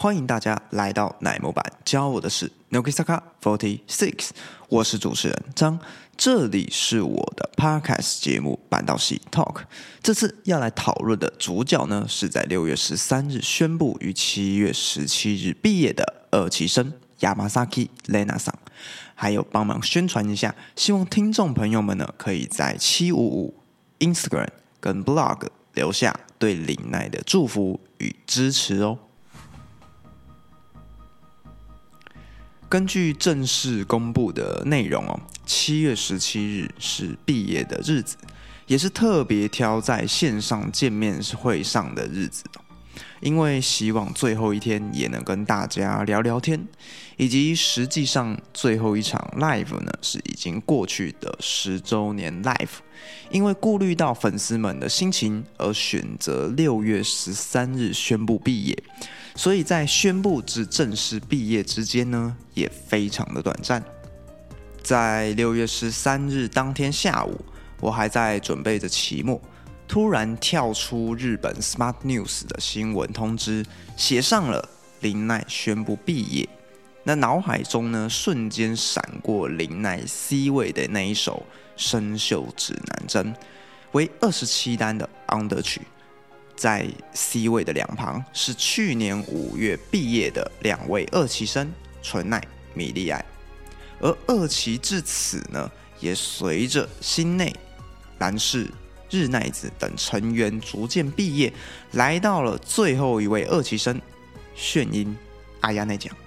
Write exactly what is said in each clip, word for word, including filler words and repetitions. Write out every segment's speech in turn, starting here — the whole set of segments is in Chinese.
欢迎大家来到乃木坂，教我的是 Nogizaka forty-six， 我是主持人张，这里是我的 Podcast 节目坂道系 Talk。这次要来讨论的主角呢，是在六月十三日宣布于七月十七日毕业的二期生 Yamasaki Lena さん，还有帮忙宣传一下，希望听众朋友们呢可以在七五五 Instagram 跟 Blog 留下对林奈的祝福与支持哦。根据正式公布的内容哦，七月十七日是毕业的日子，也是特别挑在线上见面会上的日子，因为希望最后一天也能跟大家聊聊天，以及实际上最后一场 live 呢是已经过去的十周年 live， 因为顾虑到粉丝们的心情而选择六月十三日宣布毕业。所以在宣布至正式毕业之间呢，也非常的短暂。在六月十三日当天下午，我还在准备着期末，突然跳出日本 Smart News 的新闻通知，写上了林奈宣布毕业。那脑海中呢，瞬间闪过林奈 C 位的那一首生锈指南针，为二十七单的 Under 曲。在 C 位的两旁是去年五月毕业的两位二期生纯奈、米莉爱，而二期至此呢，也随着新内、蓝氏、日奈子等成员逐渐毕业，来到了最后一位二期生炫音阿亚内奖。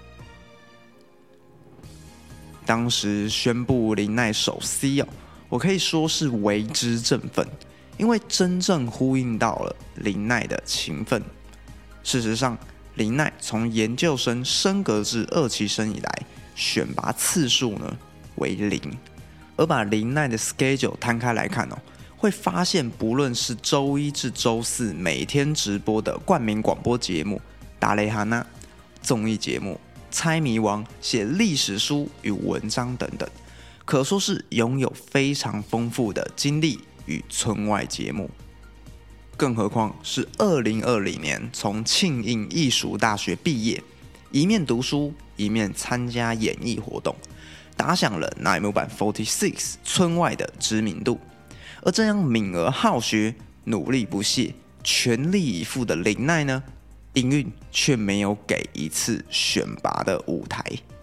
当时宣布林奈首 C 哦，我可以说是为之振奋。因为真正呼应到了林奈的勤奋。事实上，林奈从研究生升格至二期生以来，选拔次数呢为零。而把林奈的 schedule 摊开来看哦，会发现不论是周一至周四每天直播的冠名广播节目、达雷哈娜综艺节目、猜谜王、写历史书与文章等等，可说是拥有非常丰富的经历与村外节目，更何况是二零二零年从庆应艺术大学毕业，一面读书一面参加演艺活动，打响了乃木坂 forty-six 村外的知名度。而这样敏而好学、努力不懈、全力以赴的林奈呢，营运却没有给一次选拔的舞台。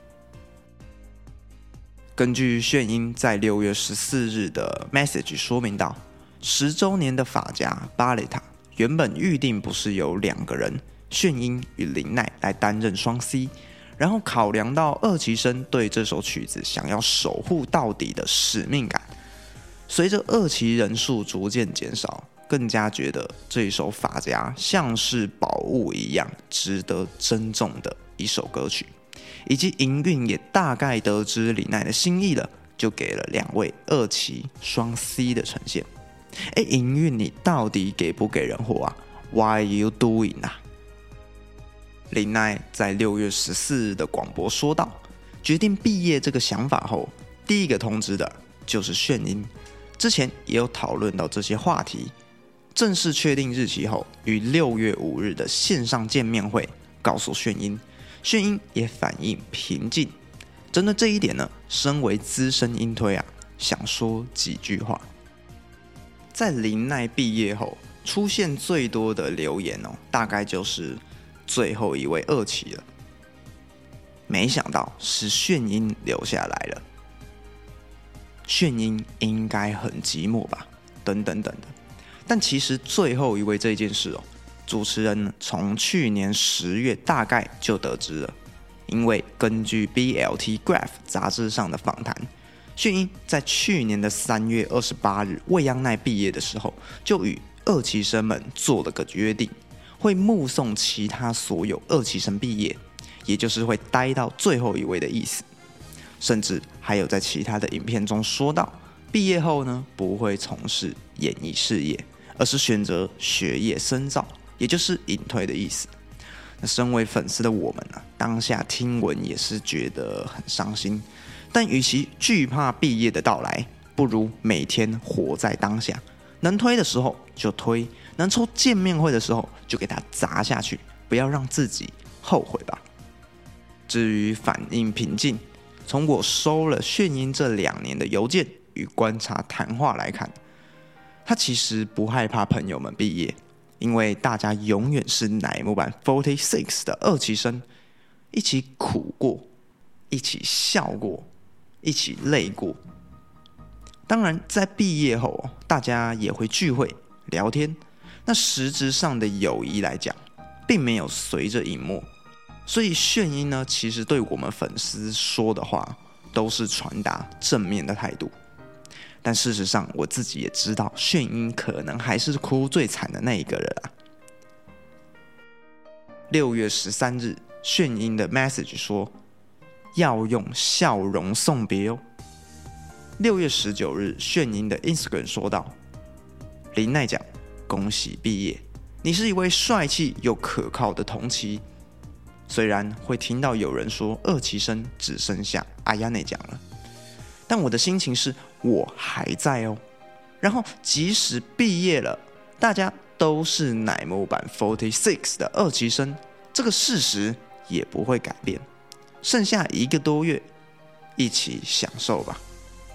根据炫音在六月十四日的 message 说明到，十周年的发夹巴雷塔原本预定不是由两个人炫音与林奈来担任双 C， 然后考量到二期生对这首曲子想要守护到底的使命感，随着二期人数逐渐减少，更加觉得这一首发夹像是宝物一样值得珍重的一首歌曲。以及营运也大概得知林奈的心意了，就给了两位二期双 C 的呈现。哎，营运你到底给不给人货啊 ？Why you doing 啊？林奈在六月十四日的广播说道，决定毕业这个想法后，第一个通知的就是炫音。之前也有讨论到这些话题，正式确定日期后，于六月五日的线上见面会告诉炫音。炫音也反应平静，针对这一点呢，身为资深音推啊，想说几句话。在林奈毕业后，出现最多的留言哦，大概就是最后一位二期了。没想到是炫音留下来了，炫音应该很寂寞吧？等等等的。但其实最后一位这件事哦。主持人从去年十月大概就得知了，因为根据 B L T Graph 杂志上的访谈，炫音在去年的三月二十八日未央奈毕业的时候，就与二期生们做了个约定，会目送其他所有二期生毕业，也就是会待到最后一位的意思。甚至还有在其他的影片中说到，毕业后呢不会从事演艺事业，而是选择学业深造。也就是隐退的意思。那身为粉丝的我们、啊、当下听闻也是觉得很伤心。但与其惧怕毕业的到来，不如每天活在当下。能推的时候就推，能抽见面会的时候就给它砸下去，不要让自己后悔吧。至于反应平静，从我收了炫英这两年的邮件与观察谈话来看，他其实不害怕朋友们毕业，因为大家永远是乃木坂四十六的二期生，一起苦过，一起笑过，一起累过。当然在毕业后大家也会聚会聊天，那实质上的友谊来讲并没有随着隐没，所以炫英呢其实对我们粉丝说的话都是传达正面的态度。但事实上我自己也知道炫英可能还是哭最惨的那一个人啊。六月十三日炫英的 message 说要用笑容送别哦。六月十九日炫英的 Instagram 说道，林奈讲恭喜毕业，你是一位帅气又可靠的同期。虽然会听到有人说二期生只剩下阿亚内奖了，但我的心情是我还在哦。然后即使毕业了，大家都是乃木坂四十六的二期生，这个事实也不会改变。剩下一个多月，一起享受吧。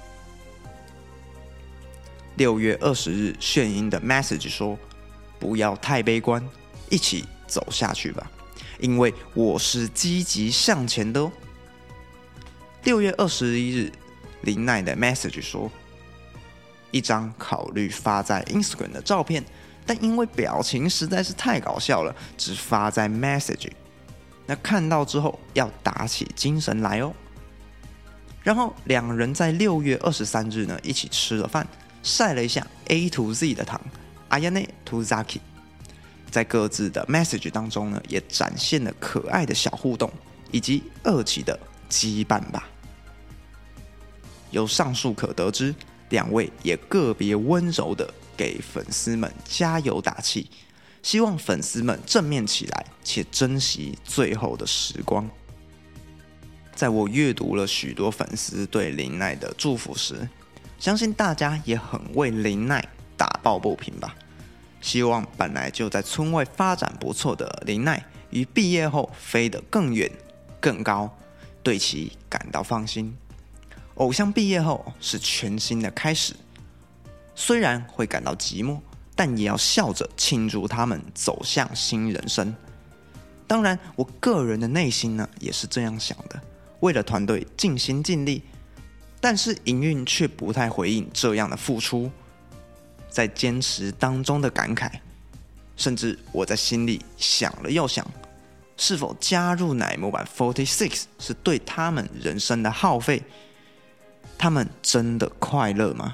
六月二十日炫英的 message 说，不要太悲观，一起走下去吧，因为我是积极向前的哦。六月二十一日林奈的 message 说，一张考虑发在 Instagram 的照片，但因为表情实在是太搞笑了，只发在 message。 那看到之后要打起精神来哦。然后两人在六月二十三日呢一起吃了饭，晒了一下 A to Z 的糖 Ayane to Zaki。 在各自的 message 当中呢也展现了可爱的小互动以及二期的羁绊吧。由上述可得知，两位也个别温柔的给粉丝们加油打气，希望粉丝们正面起来，且珍惜最后的时光。在我阅读了许多粉丝对林奈的祝福时，相信大家也很为林奈打抱不平吧。希望本来就在村外发展不错的林奈，于毕业后飞得更远更高，对其感到放心。偶像毕业后是全新的开始，虽然会感到寂寞，但也要笑着庆祝他们走向新人生。当然我个人的内心呢也是这样想的，为了团队尽心尽力，但是营运却不太回应这样的付出，在坚持当中的感慨，甚至我在心里想了又想，是否加入乃木坂四十六是对他们人生的耗费？他们真的快乐吗？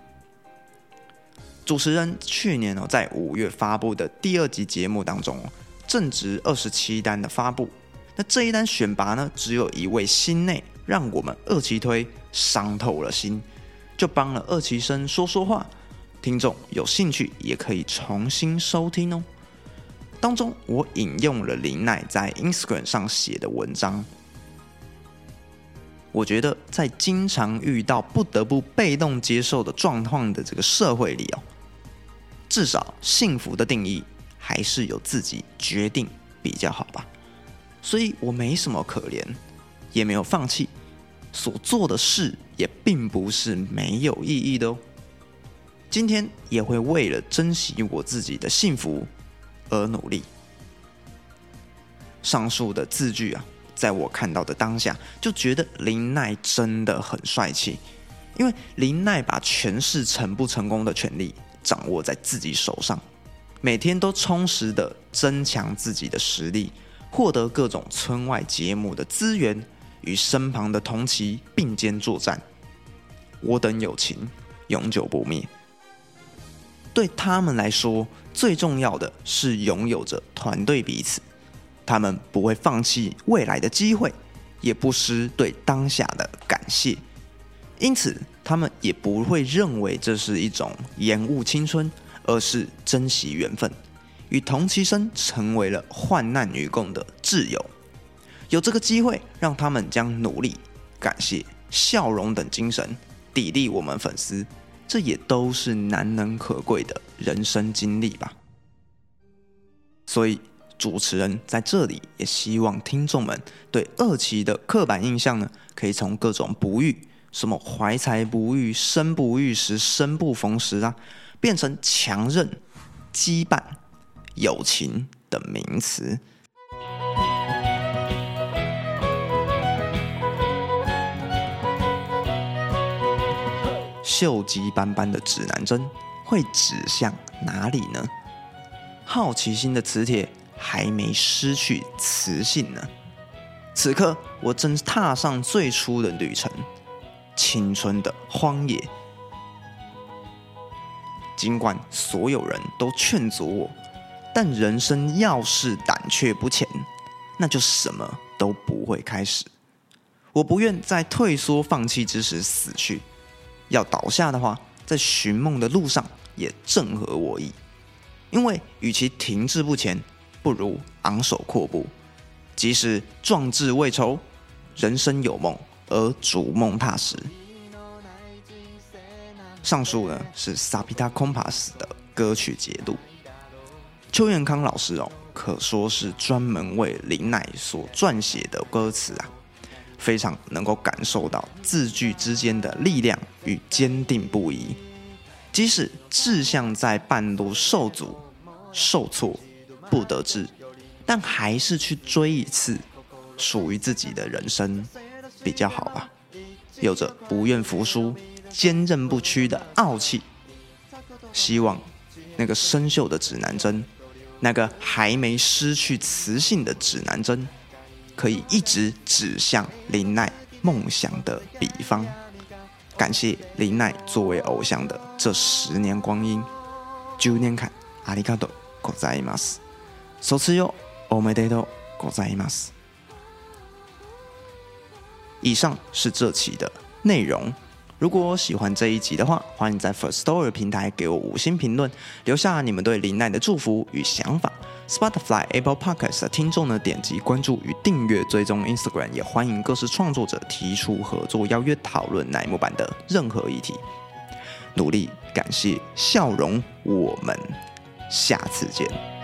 主持人去年在五月发布的第二集节目当中，正值二十七单的发布，那这一单选拔呢，只有一位心内让我们二期推伤透了心，就帮了二期生说说话。听众有兴趣也可以重新收听哦。当中我引用了林奈在 Instagram 上写的文章。我觉得在经常遇到不得不被动接受的状况的这个社会里哦，至少幸福的定义还是由自己决定比较好吧。所以我没什么可怜，也没有放弃，所做的事也并不是没有意义的哦。今天也会为了珍惜我自己的幸福而努力。上述的字句啊，在我看到的当下就觉得林奈真的很帅气，因为林奈把诠释成不成功的权利掌握在自己手上，每天都充实的增强自己的实力，获得各种村外节目的资源，与身旁的同期并肩作战。我等友情永久不灭。对他们来说，最重要的是拥有着团队彼此，他们不会放弃未来的机会，也不失对当下的感谢，因此他们也不会认为这是一种延误青春，而是珍惜缘分，与同期生成为了患难与共的挚友。有这个机会，让他们将努力、感谢、笑容等精神砥砺我们粉丝，这也都是难能可贵的人生经历吧。所以主持人在这里也希望听众们对二期的刻板印象呢，可以从各种不遇，什么怀才不遇、生不遇时、生不逢时啊，变成强韧、羁绊、友情的名词。锈迹斑斑的指南针会指向哪里呢？好奇心的磁铁还没失去磁性呢。此刻我正踏上最初的旅程，青春的荒野。尽管所有人都劝阻我，但人生要是胆怯不前，那就什么都不会开始。我不愿在退缩放弃之时死去，要倒下的话，在寻梦的路上也正合我意。因为与其停滞不前，不如昂首阔步。即使壮志未酬，人生有梦而逐梦踏实。上述呢是 Sapita Kompas 的歌曲解读。邱元康老师哦，可说是专门为林奈所撰写的歌词啊，非常能够感受到字句之间的力量与坚定不移。即使志向在半路受阻、受挫、不得志，但还是去追一次属于自己的人生比较好吧。有着不愿服输、坚韧不屈的傲气。希望那个生锈的指南针，那个还没失去磁性的指南针，可以一直指向林奈梦想的彼方。感谢林奈作为偶像的这十年光阴。じゅうねんかんありがとうございます。卒業おめでとうございます。以上是这期的内容。如果喜欢这一集的话，欢迎在 Firstory 平台给我五星评论，留下你们对林奈的祝福与想法。Spotify、Apple Podcast 的听众呢，点击关注与订阅，追踪 Instagram， 也欢迎各式创作者提出合作邀约，讨论乃木坂的任何议题。努力，感谢，笑容，我们下次见。